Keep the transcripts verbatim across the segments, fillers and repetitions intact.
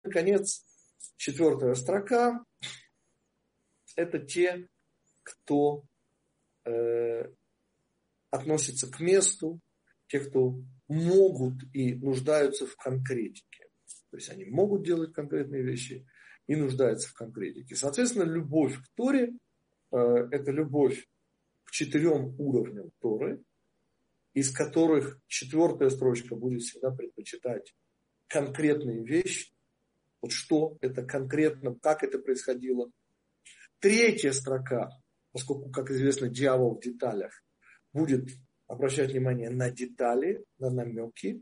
наконец, четвертая строка – это те, кто э, относится к месту, те, кто могут и нуждаются в конкретике. То есть они могут делать конкретные вещи и нуждаются в конкретике. Соответственно, любовь к Торе э, – это любовь к четырем уровням Торы, из которых четвертая строчка будет всегда предпочитать конкретные вещи. Вот что это конкретно, как это происходило. Третья строка, поскольку, как известно, дьявол в деталях, будет обращать внимание на детали, на намеки.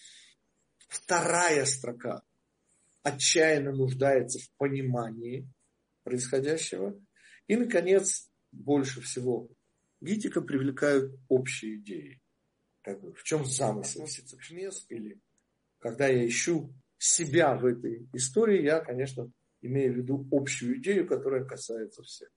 Вторая строка отчаянно нуждается в понимании происходящего. И, наконец, больше всего Гитика привлекают общие идеи. Как бы, в чем замысел к месту, или когда я ищу себя в этой истории, я, конечно, имею в виду общую идею, которая касается всех.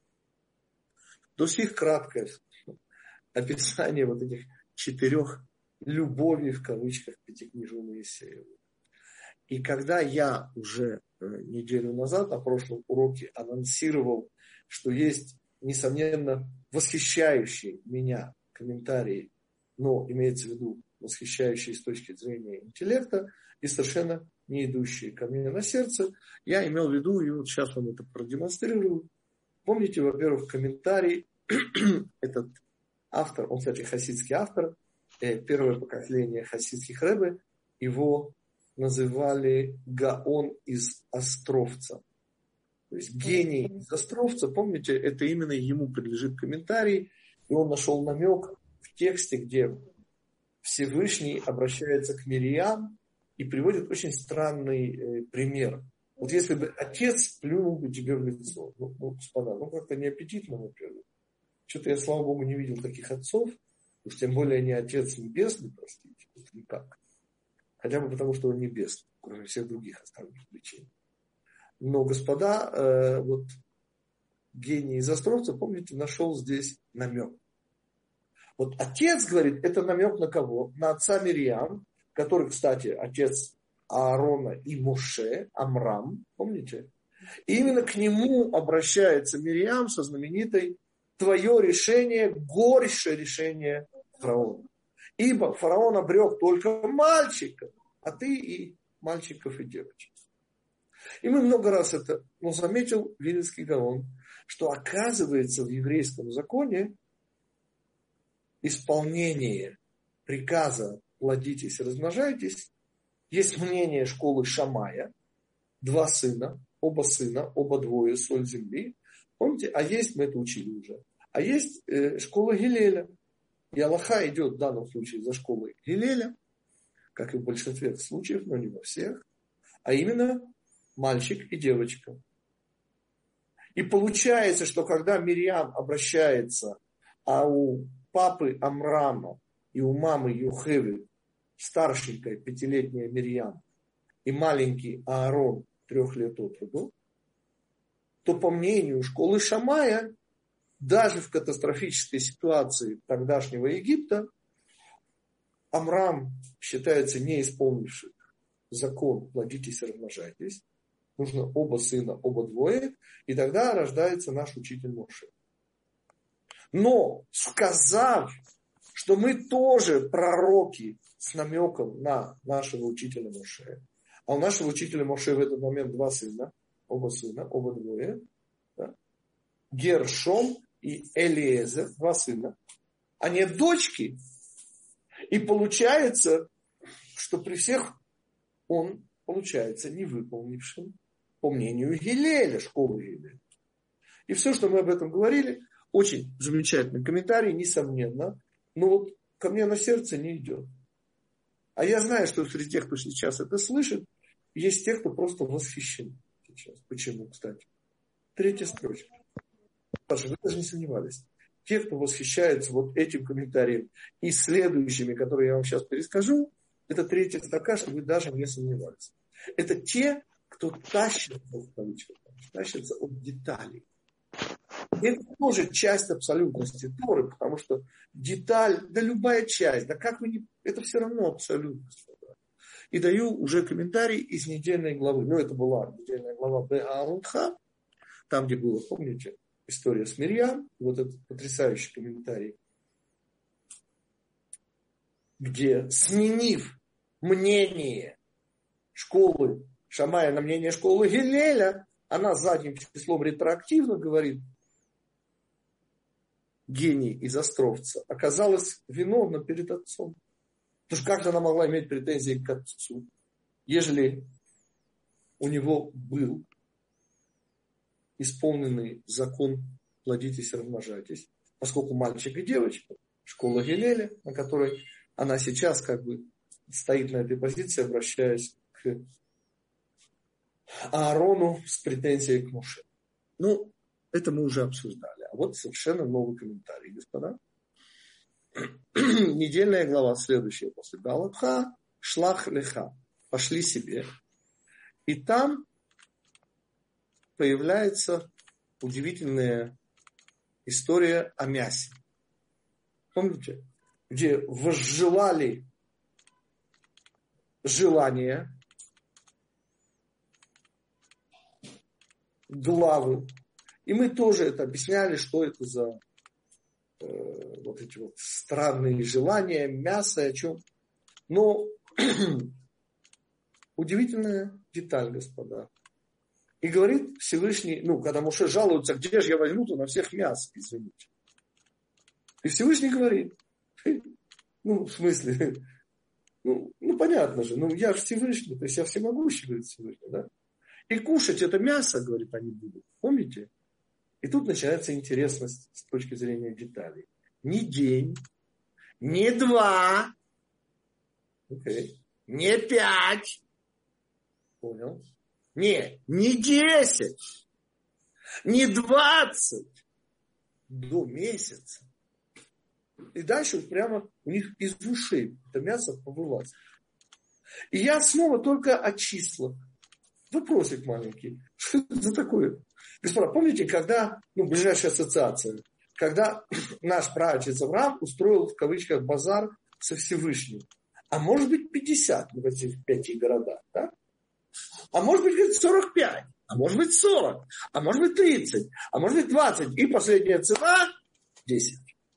До сих краткое описание вот этих четырех любовей, в кавычках, пятикнижия Моисеева. И когда я уже неделю назад на прошлом уроке анонсировал, что есть, несомненно, восхищающие меня комментарии, но имеется в виду восхищающие с точки зрения интеллекта и совершенно не идущие ко мне на сердце, я имел в виду, и вот сейчас вам это продемонстрирую. Помните, во-первых, комментарий, этот автор, он, кстати, хасидский автор, первое поколение хасидских ребе, его называли Гаон из Островца. То есть гений из Островца, помните, это именно ему принадлежит комментарий, и он нашел намек в тексте, где Всевышний обращается к Мириам и приводит очень странный э, пример. Вот если бы отец плюнул бы тебе в лицо, ну, ну господа, ну как-то неаппетитно, во-первых. Что-то я, слава Богу, не видел таких отцов, уж тем более не Отец Небесный, простите, никак. Хотя бы потому, что он небесный, кроме всех других остальных причин. Но, господа, э, вот гений из Островца, помните, нашел здесь намек. Вот отец говорит, это намек на кого? На отца Мириам, который, кстати, отец Аарона и Моше, Амрам, помните? И именно к нему обращается Мириам со знаменитой «Твое решение горше решение фараона». Ибо фараон обрек только мальчиков, а ты и мальчиков, и девочек. И мы много раз это, ну, заметил Вилинский Гаон, что оказывается в еврейском законе исполнение приказа «плодитесь и размножайтесь» есть мнение школы Шамая, два сына, оба сына, оба двое, соль земли. Помните? А есть, мы это учили уже, а есть э, школа Гилеля. И Аллаха идет в данном случае за школой Гилеля, как и в большинстве случаев, но не во всех, а именно мальчик и девочка. И получается, что когда Мирьям обращается, а у папы Амрама и у мамы Йохевы старшенькая пятилетняя Мирьям и маленький Аарон трех лет от роду, то по мнению школы Шамая, даже в катастрофической ситуации тогдашнего Египта, Амрам считается не исполнившим закон «плодитесь и размножайтесь». Нужно оба сына, оба двое, и тогда рождается наш учитель Моше. Но сказав, что мы тоже пророки с намеком на нашего учителя Моше, а у нашего учителя Моше в этот момент два сына, оба сына, оба двое, да? Гершом и Элиезер, два сына, а нет дочки. И получается, что при всех он получается не выполнившим по мнению Гилеля, школы Гилеля. И все, что мы об этом говорили, очень замечательный комментарий, несомненно, но вот ко мне на сердце не идет. А я знаю, что среди тех, кто сейчас это слышит, есть те, кто просто восхищен сейчас. Почему, кстати? Третья строчка. Паша, вы даже не сомневались. Те, кто восхищается вот этим комментарием и следующими, которые я вам сейчас перескажу, это третья строка, чтобы вы даже не сомневались. Это те, кто тащится, тащится от деталей. Это тоже часть абсолютности Торы, потому что деталь, да любая часть, да как вы не... Это все равно абсолютность. и даю уже комментарий из недельной главы. Ну, это была недельная глава Бе'алутха, там, где было, помните, история с Мирьям, вот этот потрясающий комментарий, где, сменив мнение школы Шамая на мнение школы Гилеля, она задним числом ретроактивно говорит, гений из Островца оказалась виновна перед отцом. Потому что как же она могла иметь претензии к отцу, ежели у него был исполненный закон «плодитесь, размножайтесь», поскольку мальчик и девочка, школа Гилеля, на которой она сейчас как бы стоит на этой позиции, обращаясь к Аарону с претензией к Моше. Ну, это мы уже обсуждали. А вот совершенно новый комментарий, господа. Недельная глава следующая после Галатха. Шлах леха. Пошли себе. И там появляется удивительная история о мясе. Помните? Где возжелали желание главы. И мы тоже это объясняли, что это за э, вот эти вот странные желания, мясо, о чем. Но удивительная деталь, господа. И говорит Всевышний, ну, когда Моше жалуется, где же я возьму-то на всех мясо, извините. И Всевышний говорит, ну, в смысле, ну, ну, понятно же, ну, я же Всевышний, то есть я всемогущий, говорит Всевышний, да? И кушать это мясо, говорит, они будут. Помните? И тут начинается интересность с точки зрения деталей. Не день, не два, okay, не пять, понял? Не, не десять, не двадцать, до месяца. И дальше вот прямо у них из ушей это мясо повылазит. И я снова только о числах. Вопросик маленький. Что это за такое? Господа, помните, когда, ну, ближайшая ассоциация, когда наш праотец Авраам устроил, в кавычках, базар со Всевышним. А может быть пятьдесят в этих пяти городах, да? А может быть, говорит, сорок пять, а может быть сорок, а может быть тридцать, а может быть двадцать. И последняя цена десять.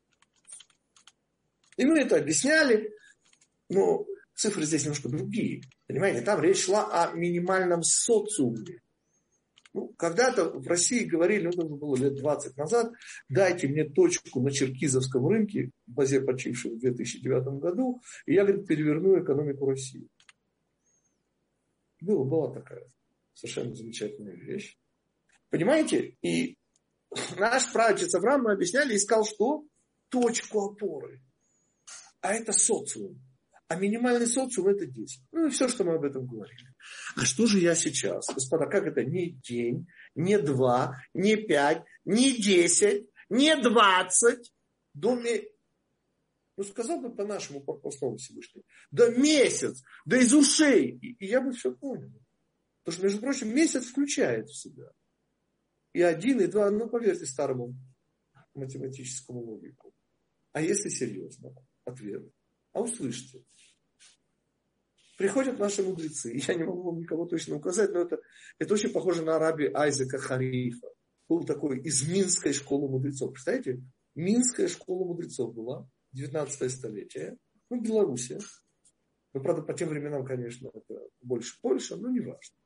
И мы это объясняли, но цифры здесь немножко другие. Понимаете, там речь шла о минимальном социуме. Ну, когда-то в России говорили, ну, это было лет двадцать назад, дайте мне точку на Черкизовском рынке, в базе почившей в две тысячи девятом году, и я, говорит, переверну экономику России. Была, была такая совершенно замечательная вещь. Понимаете? И наш праотец Авраам, мы объясняли, искал что? Точку опоры. А это социум. А минимальный социум это десять. Ну и все, что мы об этом говорили. А что же я сейчас? Господа, как это? Не день, не два, не пять, не десять, не двадцать. До ме... Ну сказал бы по-нашему, по-простому Всевышнему. Да месяц, да из ушей. И, и я бы все понял. Потому что, между прочим, месяц включает в себя. И один, и два, ну поверьте старому математическому логику. А если серьезно? Ответ. А услышьте. Приходят наши мудрецы. Я не могу вам никого точно указать, но это, это очень похоже на раби Айзека Харифа. Был такой из Минской школы мудрецов. Представляете? Минская школа мудрецов была. девятнадцатое столетие. Ну, Белоруссия. Ну, правда, по тем временам, конечно, это больше Польша, но не важно.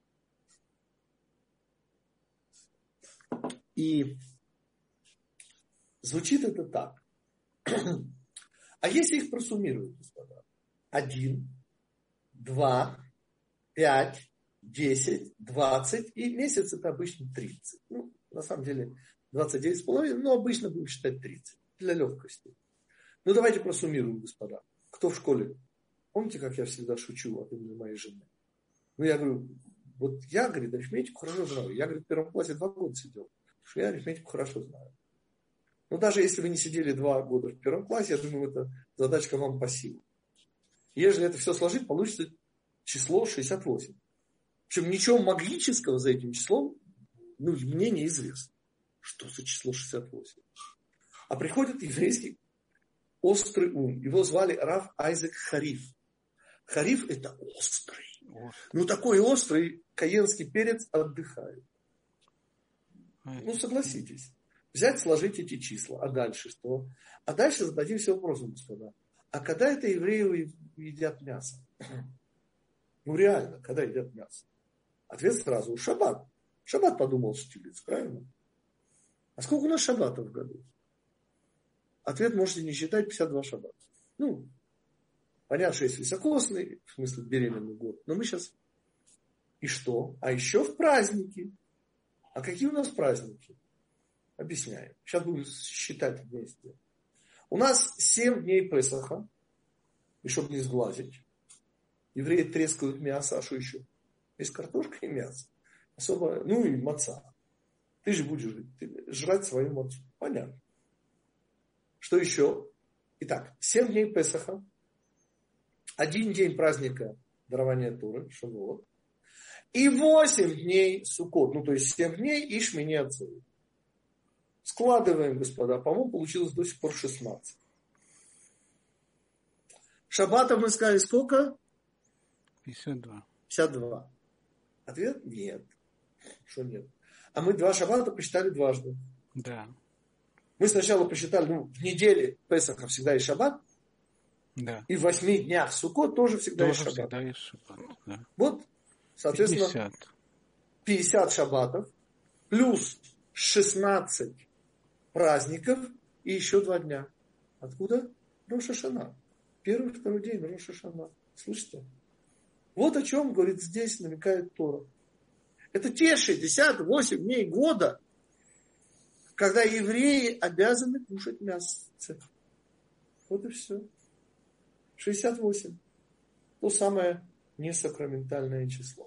И звучит это так. А если их просуммировать, господа? Один, два, пять, десять, двадцать. И месяц это обычно тридцать. Ну, на самом деле двадцать девять с половиной, но обычно будем считать тридцать. Для легкости. Ну, давайте просуммируем, господа. Кто в школе? Помните, как я всегда шучу от имени моей жены? Ну, я говорю, вот я, говорит, арифметику хорошо знаю. Я, говорит, в первом классе два года сидел. Потому что я арифметику хорошо знаю. Но даже если вы не сидели два года в первом классе, я думаю, это задачка вам по силам. Если это все сложить, получится число шестьдесят восемь. Причем ничего магического за этим числом, ну, мне неизвестно. Что за число шестьдесят восемь? А приходит еврейский острый ум. Его звали Рав Айзек Хариф. Хариф – это острый. Ну, такой острый каенский перец отдыхает. Ну, согласитесь. Взять, сложить эти числа. А дальше что? А дальше зададимся вопросом, господа. А когда это евреи едят мясо? Ну, реально, когда едят мясо? Ответ сразу. Шаббат. Шаббат, подумал Штиглиц, правильно? А сколько у нас шаббатов в году? Ответ можете не считать, пятьдесят два шаббата. Ну, понятно, что есть високосный, в смысле беременный год. Но мы сейчас... И что? А еще в праздники. А какие у нас праздники? Объясняем. Сейчас будем считать вместе. У нас семь дней Песаха. И чтобы не сглазить. Евреи трескают мясо. А что еще? Есть картошка и мясо. Особо, ну и маца. Ты же будешь жрать свою мацу. Понятно. Что еще? Итак, семь дней Песаха. Один день праздника дарования Торы, Шавуот. И восемь дней Суккот. Ну, то есть семь дней и Шмини Ацерет. Складываем, господа. По-моему, получилось до сих пор шестнадцать. Шаббатов мы сказали сколько? пятьдесят два. пятьдесят два. Ответ? Нет. Что нет? А мы два шаббата посчитали дважды. Да. Мы сначала посчитали, ну, в неделе Песаха всегда есть шаббат. Да. И в восьми днях Суккот тоже всегда тоже есть шаббат. Всегда есть шаббат, да. Вот, соответственно, пятьдесят. пятьдесят шаббатов плюс шестнадцать праздников и еще два дня. Откуда? Рош ха-Шана. Первый, второй день Рош ха-Шана. Слышите? Вот о чем, говорит, здесь намекает Тора. Это те шестьдесят восемь дней года, когда евреи обязаны кушать мясо. Вот и все. шестьдесят восемь. То самое несакраментальное число.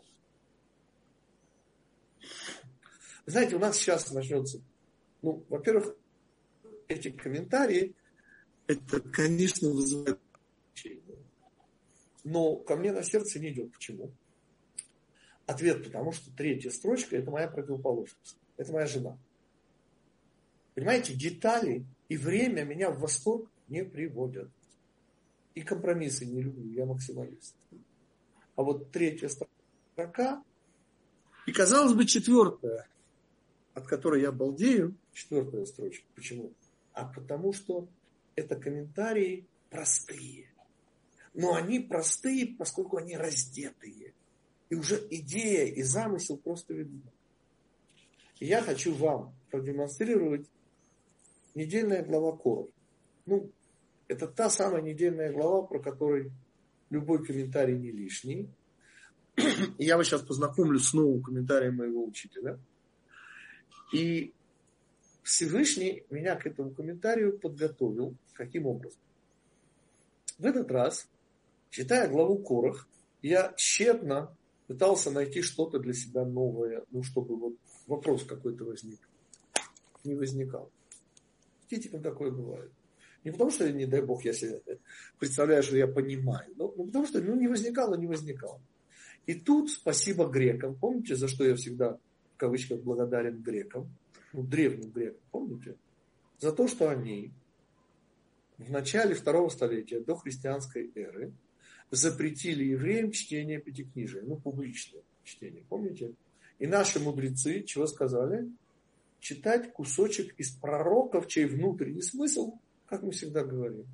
Знаете, у нас сейчас начнется, ну, во-первых, эти комментарии, это, конечно, вызывает отвращение. Но ко мне на сердце не идет. Почему? Ответ, потому что третья строчка – это моя противоположность. Это моя жена. Понимаете, детали и время меня в восторг не приводят. И компромиссы не люблю, я максималист. А вот третья строка, и, казалось бы, четвертая, от которой я балдею, четвертая строчка. Почему? А потому что это комментарии простые. Но они простые, поскольку они раздетые. И уже идея и замысел просто видны. И я хочу вам продемонстрировать недельная глава Корах. Ну, это та самая недельная глава, про которую любой комментарий не лишний. И я вас сейчас познакомлю с новым комментарием моего учителя. И Всевышний меня к этому комментарию подготовил. Каким образом? В этот раз, читая главу Корах, я тщетно пытался найти что-то для себя новое, ну, чтобы вот вопрос какой-то возник. Не возникал. Видите, как такое бывает. Не потому, что, не дай бог, я себе представляю, что я понимаю, но ну, потому что ну, не возникало, не возникало. И тут спасибо грекам. Помните, за что я всегда, в кавычках, благодарен грекам? Ну, древним грекам, помните? За то, что они в начале второго столетия до христианской эры запретили евреям чтение пятикнижия, ну, публичное чтение, помните? И наши мудрецы, чего сказали? Читать кусочек из пророков, чей внутренний смысл, как мы всегда говорим,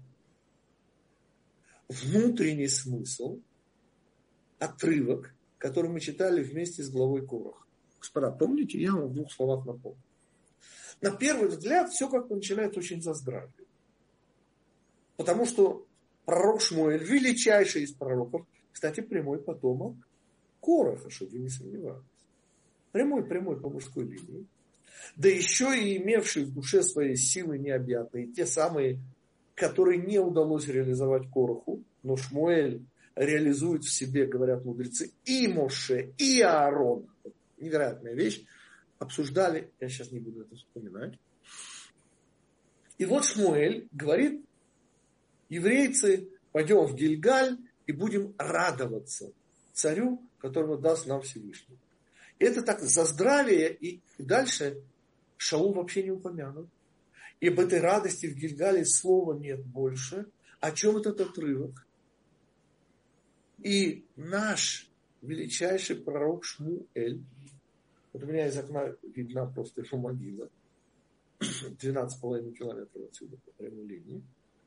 внутренний смысл, отрывок, который мы читали вместе с главой Корах. Господа, помните? Я вам в двух словах напомню. На первый взгляд все как-то начинает очень заздравить. Потому что пророк Шмуэль, величайший из пророков, кстати, прямой потомок Кораха, чтобы вы не сомневались. Прямой-прямой по мужской линии. Да еще и имевший в душе своей силы необъятные, те самые, которые не удалось реализовать Кораху, но Шмуэль реализует в себе, говорят мудрецы, и Моше, и Аарона. Невероятная вещь. Обсуждали, я сейчас не буду это вспоминать. И вот Шмуэль говорит: еврейцы, пойдем в Гильгаль и будем радоваться царю, которого даст нам Всевышний. Это так за здравие, и дальше Шаул вообще не упомянут. И об этой радости в Гильгале слова нет больше. О чем этот отрывок? И наш величайший пророк Шмуэль, вот у меня из окна видна просто его могила, двенадцать с половиной километров отсюда по прямой линии.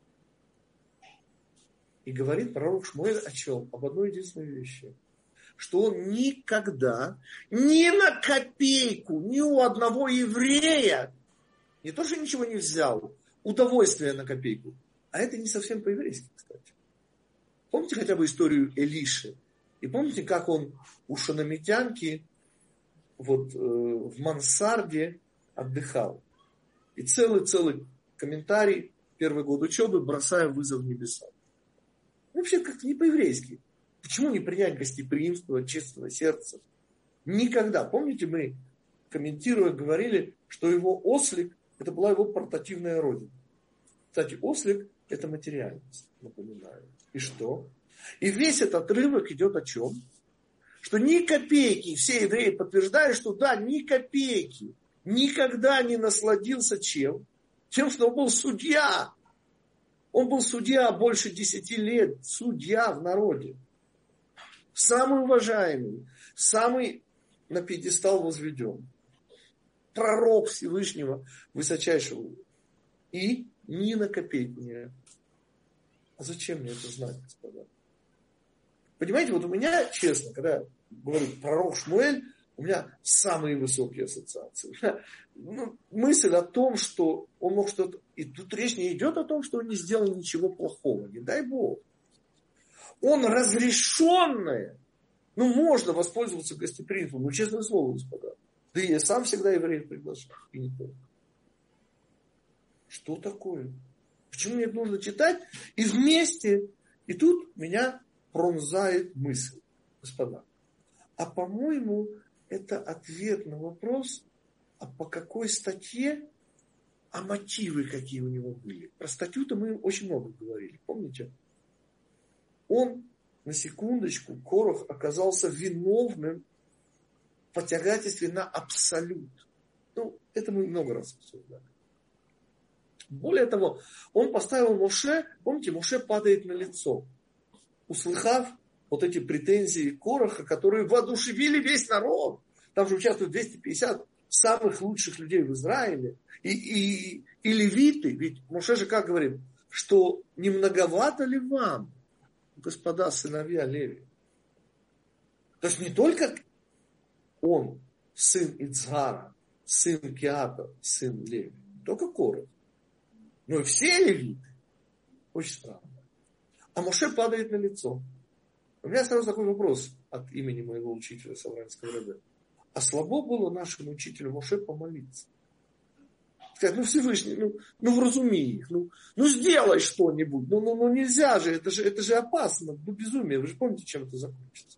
И говорит пророк Шмуэль о чем? Об одной единственной вещи. Что он никогда, ни на копейку, ни у одного еврея, не то, что ничего не взял, удовольствие на копейку. А это не совсем по-еврейски, кстати. Помните хотя бы историю Элиши? И помните, как он у шунамитянки вот, э, в мансарде отдыхал? И целый-целый комментарий, первый год учебы, бросая вызов небесам. Вообще как-то не по-еврейски. Почему не принять гостеприимство, честного сердца? Никогда. Помните, мы, комментируя, говорили, что его ослик, это была его портативная родина. Кстати, ослик – это материальность, напоминаю. И что? И весь этот отрывок идет о чем? Что ни копейки, все евреи подтверждают, что да, ни копейки, никогда не насладился чем? Тем, что он был судья. Он был судья больше десяти лет, судья в народе. Самый уважаемый, самый на пьедестал возведен. Пророк Всевышнего высочайшего. И ни на копейку не. А зачем мне это знать, господа? Понимаете, вот у меня, честно, когда говорю пророк Шмуэль, у меня самые высокие ассоциации. У меня, ну, мысль о том, что он мог что-то... И тут речь не идет о том, что он не сделал ничего плохого. Не дай Бог. Он разрешенное. Ну, можно воспользоваться гостеприимством. Ну, честное слово, господа. Да и я сам всегда евреев приглашаю. И не только. Что такое? Почему мне это нужно читать? И вместе. И тут меня пронзает мысль. Господа. А по-моему, это ответ на вопрос, а по какой статье, а мотивы какие у него были. Про статью-то мы очень много говорили. Помните? Он, на секундочку, Корах оказался виновным в посягательстве на абсолют. Ну, это мы много раз обсуждали. Более того, он поставил Моше, помните, Моше падает на лицо, услыхав вот эти претензии Кораха, которые воодушевили весь народ. Там же участвуют двести пятьдесят самых лучших людей в Израиле. И, и, и левиты, ведь Моше же как говорит, что не многовато ли вам, господа сыновья Леви? То есть не только он, сын Ицхара, сын Кеата, сын Леви, только Корах, но и все левиты. Очень странно. А Моше падает на лицо. У меня сразу такой вопрос от имени моего учителя Савранского рэбе. А слабо было нашему учителю Моше помолиться? Сказать, ну Всевышний, ну, ну вразуми их, ну, ну сделай что-нибудь, ну, ну, ну нельзя же это, же, это же опасно, ну безумие, вы же помните, чем это закончится.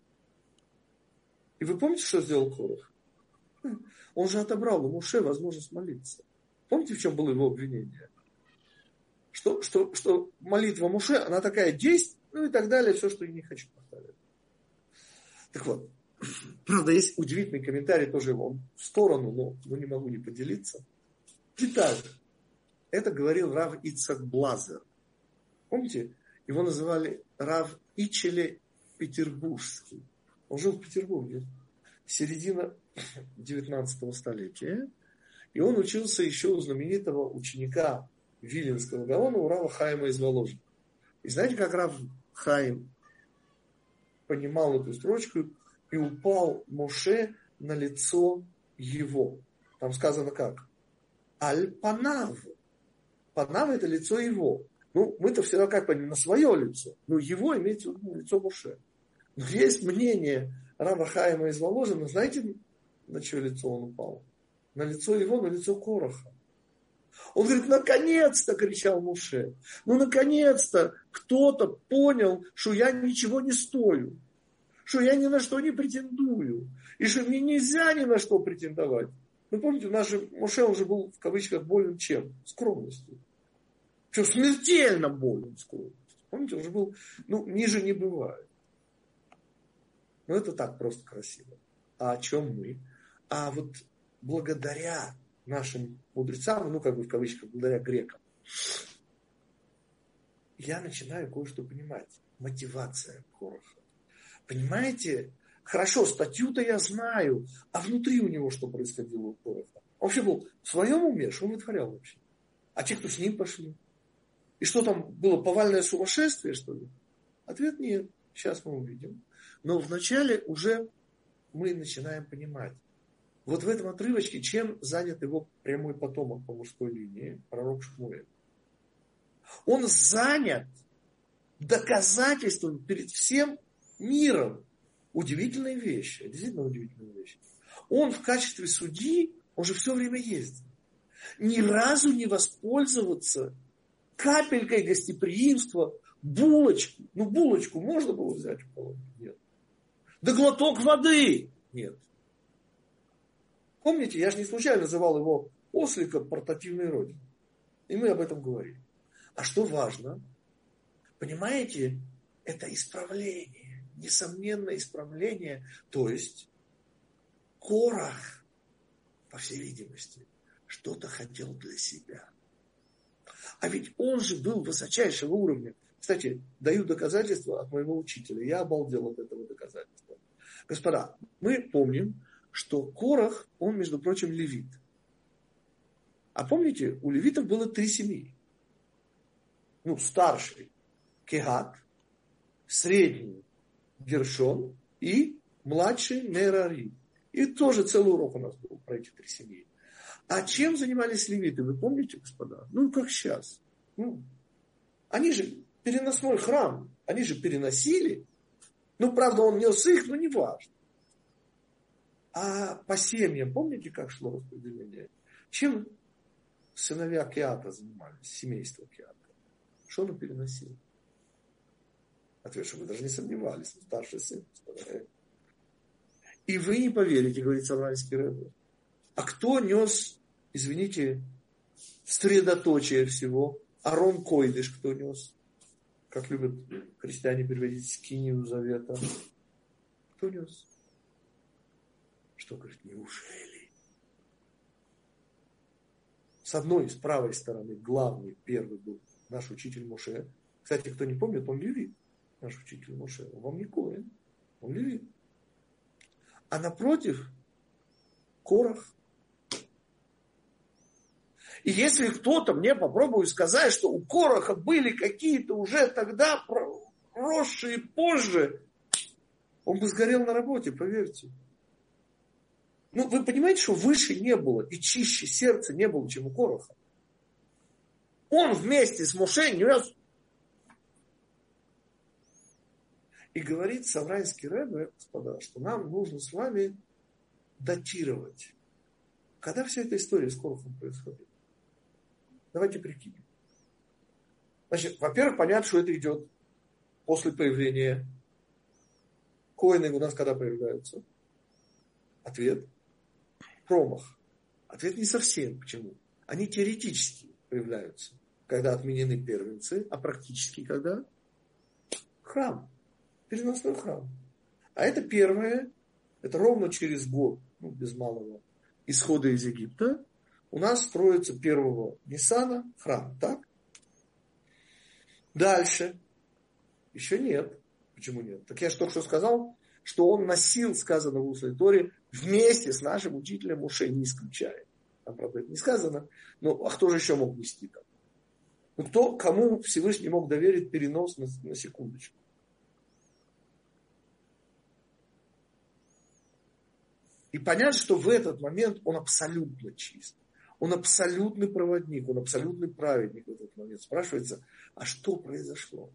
И вы помните, что сделал Корах? Он же отобрал у Моше возможность молиться. Помните, в чем было его обвинение? Что, что, что молитва Моше, она такая действие, ну и так далее, все, что я не хочу повторять. Так вот, правда, есть удивительный комментарий, тоже его в сторону, но, но не могу не поделиться. Деталь. Это говорил Рав Ицхак Блазер. Помните, его называли Рав Ичеле Петербургский. Он жил в Петербурге. Середина девятнадцатого столетия. И он учился еще у знаменитого ученика Виленского Гаона, у Рава Хаима из Воложина. И знаете, как Рав Хаим понимал эту строчку, и упал Моше на лицо его. Там сказано как? Аль-Панав. Панав это лицо его. Ну, мы-то всегда как понимаем, на свое лицо. Но его имеется в виду лицо Моше. Но есть мнение Рава Хаима из Воложина, знаете, на чье лицо он упал? На лицо его, на лицо Кораха. Он говорит, наконец-то, кричал Моше, ну наконец-то кто-то понял, что я ничего не стою, что я ни на что не претендую, и что мне нельзя ни на что претендовать. Ну помните, наш Моше, он же был в кавычках болен чем? Скромностью. Что, смертельно болен скромностью. Помните, он же был, ну, ниже не бывает. Ну это так просто красиво. А о чем мы? А вот благодаря нашим мудрецам, ну, как бы в кавычках, благодаря грекам, я начинаю кое-что понимать. Мотивация Кораха. Понимаете? Хорошо, статью-то я знаю, а внутри у него что происходило у Кораха? Он вообще был в своем уме, что он вытворял вообще? А те, кто с ним пошли? И что там было, повальное сумасшествие, что ли? Ответ нет. Сейчас мы увидим. Но вначале уже мы начинаем понимать. Вот в этом отрывочке, чем занят его прямой потомок по мужской линии, пророк Шмуэль. Он занят доказательством перед всем миром. Удивительные вещи, действительно удивительные вещи. Он в качестве судьи, он же все время ездит. Ни разу не воспользоваться капелькой гостеприимства, булочку. Ну, булочку можно было взять у кого-нибудь? Нет. Да глоток воды? Нет. Помните, я же не случайно называл его осликом портативной родины. И мы об этом говорили. А что важно? Понимаете, это исправление. Несомненное исправление. То есть Корах, по всей видимости, что-то хотел для себя. А ведь он же был высочайшего уровня. Кстати, даю доказательства от моего учителя. Я обалдел от этого доказательства. Господа, мы помним, что Корах, он, между прочим, левит. А помните, у левитов было три семьи. Ну, старший Кехат, средний Гершон и младший Мерари. И тоже целый урок у нас был про эти три семьи. А чем занимались левиты, вы помните, господа? Ну, как сейчас. Ну, они же переносной храм, они же переносили. Ну, правда, он нес их, но не важно. А по семьям, помните, как шло распределение? Чем сыновья Кеата занимались, семейство Кеата? Что он переносил? Ответ, что вы даже не сомневались, старший сын. И вы не поверите, говорит Савранский рэбе. А кто нес, извините, средоточие всего? Арон Койдыш кто нес? Как любят христиане переводить скинию завета. Кто нес? Что, говорит, неужели? С одной, с правой стороны, главный, первый был наш учитель Моше. Кстати, кто не помнит, он левит. Наш учитель Моше. Он вам не коэн. Он левит. А напротив, Корах. И если кто-то мне попробует сказать, что у Кораха были какие-то уже тогда росшие позже, он бы сгорел на работе, поверьте. Ну, вы понимаете, что выше не было и чище сердца не было, чем у Кораха. Он вместе с Моше нес. И говорит Савранский рэбе, господа, что нам нужно с вами датировать. Когда вся эта история с Корахом происходит? Давайте прикинем. Значит, во-первых, понятно, что это идет после появления. Коэны у нас когда появляются? Ответ – промах. Ответ не совсем. Почему? Они теоретически появляются, когда отменены первенцы, а практически когда? Храм. Переносной храм. А это первое, это ровно через год, ну, без малого, исхода из Египта, у нас строится первого Ниссана храм, так? Дальше. Еще нет. Почему нет? Так я же только что сказал, что он носил, сказано в устной Торе, вместе с нашим учителем Моше, не исключая. Там, правда, это не сказано. Но а кто же еще мог нести там? Ну, кто, кому Всевышний мог доверить перенос на, на секундочку? И понятно, что в этот момент он абсолютно чист. Он абсолютный проводник, он абсолютный праведник в этот момент. Спрашивается, а что произошло?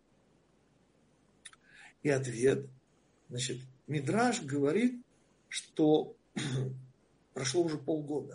И ответ, значит, Мидраш говорит, что прошло уже полгода.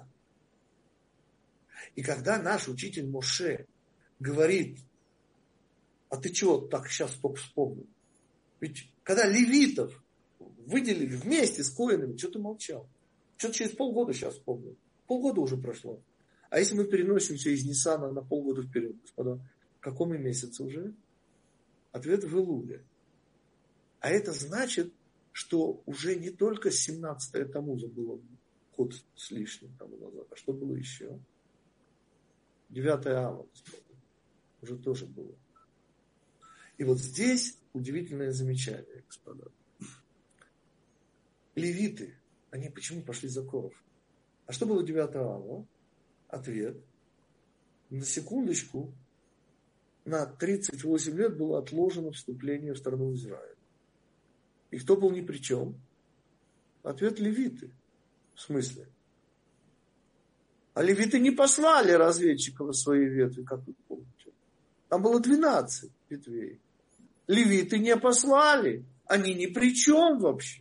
И когда наш учитель Моше говорит, а ты чего так сейчас только вспомнил? Ведь когда левитов выделили вместе с коэнами, что ты молчал? Что-то через полгода сейчас вспомнил. Полгода уже прошло. А если мы переносимся из Ниссана на полгода вперед, господа, в каком месяце уже? Ответ в Илуле. А это значит, что уже не только семнадцатое Тамуза было год с лишним тому назад, а что было еще? девятое ава, господа, уже тоже было. И вот здесь удивительное замечание, господа. левиты, они почему пошли за Корах? А что было девятого ава? Ответ. На секундочку, на тридцать восемь лет было отложено вступление в страну Израиля. И кто был ни при чем? Ответ левиты. В смысле? А левиты не послали разведчиков в свои ветви, как вы помните. Там было двенадцать ветвей. Левиты не послали. Они ни при чем вообще.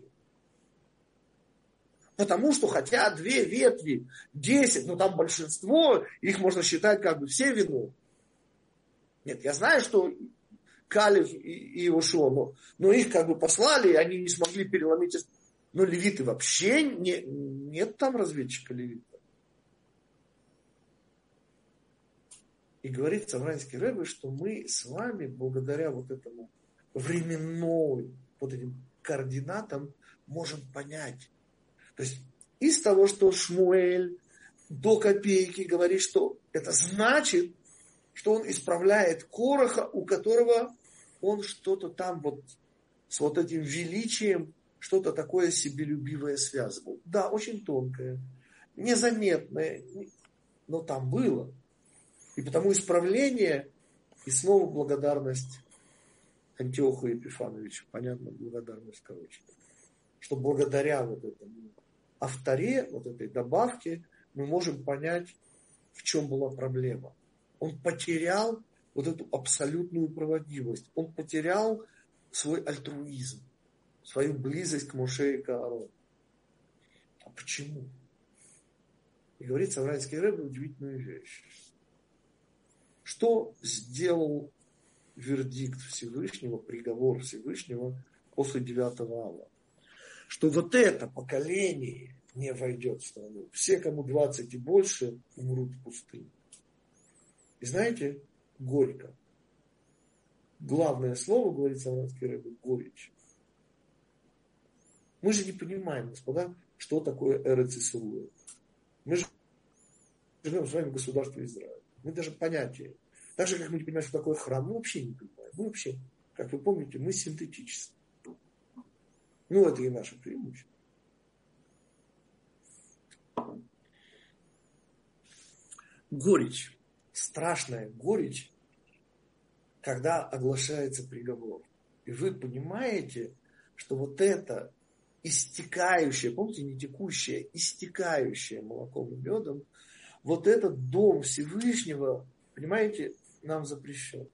Потому что хотя две ветви, десять, но там большинство, их можно считать как бы все виновны. Нет, я знаю, что Калев и Иошуа, но, но их как бы послали, и они не смогли переломить. Но левиты вообще не, нет там разведчика левита. И говорит Савранский Ребе, что мы с вами, благодаря вот этому временной, вот этим координатам, можем понять. То есть из того, что Шмуэль до копейки говорит, что это значит, что он исправляет Кораха, у которого он что-то там вот с вот этим величием, что-то такое себелюбивое связывал. Да, очень тонкое, незаметное, но там было. И потому исправление и снова благодарность Антиоху Епифановичу. Понятно, благодарность короче. Что благодаря вот этому авторе, вот этой добавке, мы можем понять, в чем была проблема. Он потерял вот эту абсолютную правдивость. Он потерял свой альтруизм, свою близость к Моше и к Аарону. А почему? И говорит Савранский Ребе удивительную вещь. Что сделал вердикт Всевышнего, приговор Всевышнего после девятого ава? Что вот это поколение не войдет в страну. Все, кому двадцать и больше, умрут в пустыне. И знаете, горько. Главное слово, говорит Савранский Ребе, горечь. Мы же не понимаем, господа, что такое Эрец Исруэль. Мы же живем с вами в государстве Израиль. Мы даже понятия. Так же, как мы не понимаем, что такое храм, мы вообще не понимаем. Мы вообще, как вы помните, мы синтетические. Ну, это и наше преимущество. Горечь. Страшная горечь, когда оглашается приговор. И вы понимаете, что вот это истекающее, помните, не текущее, истекающее молоком и медом, вот этот дом Всевышнего, понимаете, нам запрещен.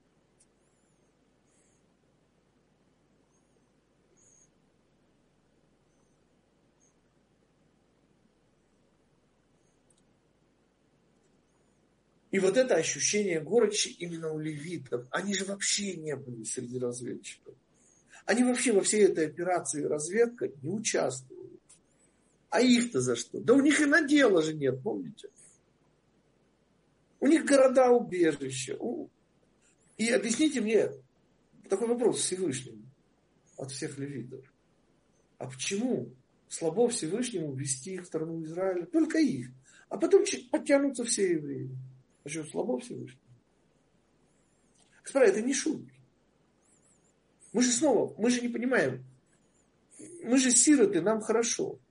И вот это ощущение горечи именно у левитов. Они же вообще не были среди разведчиков. Они вообще во всей этой операции разведка не участвовали. А их-то за что? Да у них и надела же нет, помните? У них города-убежища. И объясните мне такой вопрос Всевышнему от всех левитов. А почему слабо Всевышнему ввести их в страну Израиля? Только их. А потом подтянутся все евреи. А что, слабо Всевышнему? Господа, это не шутки. Мы же снова, мы же не понимаем. Мы же сироты, нам хорошо.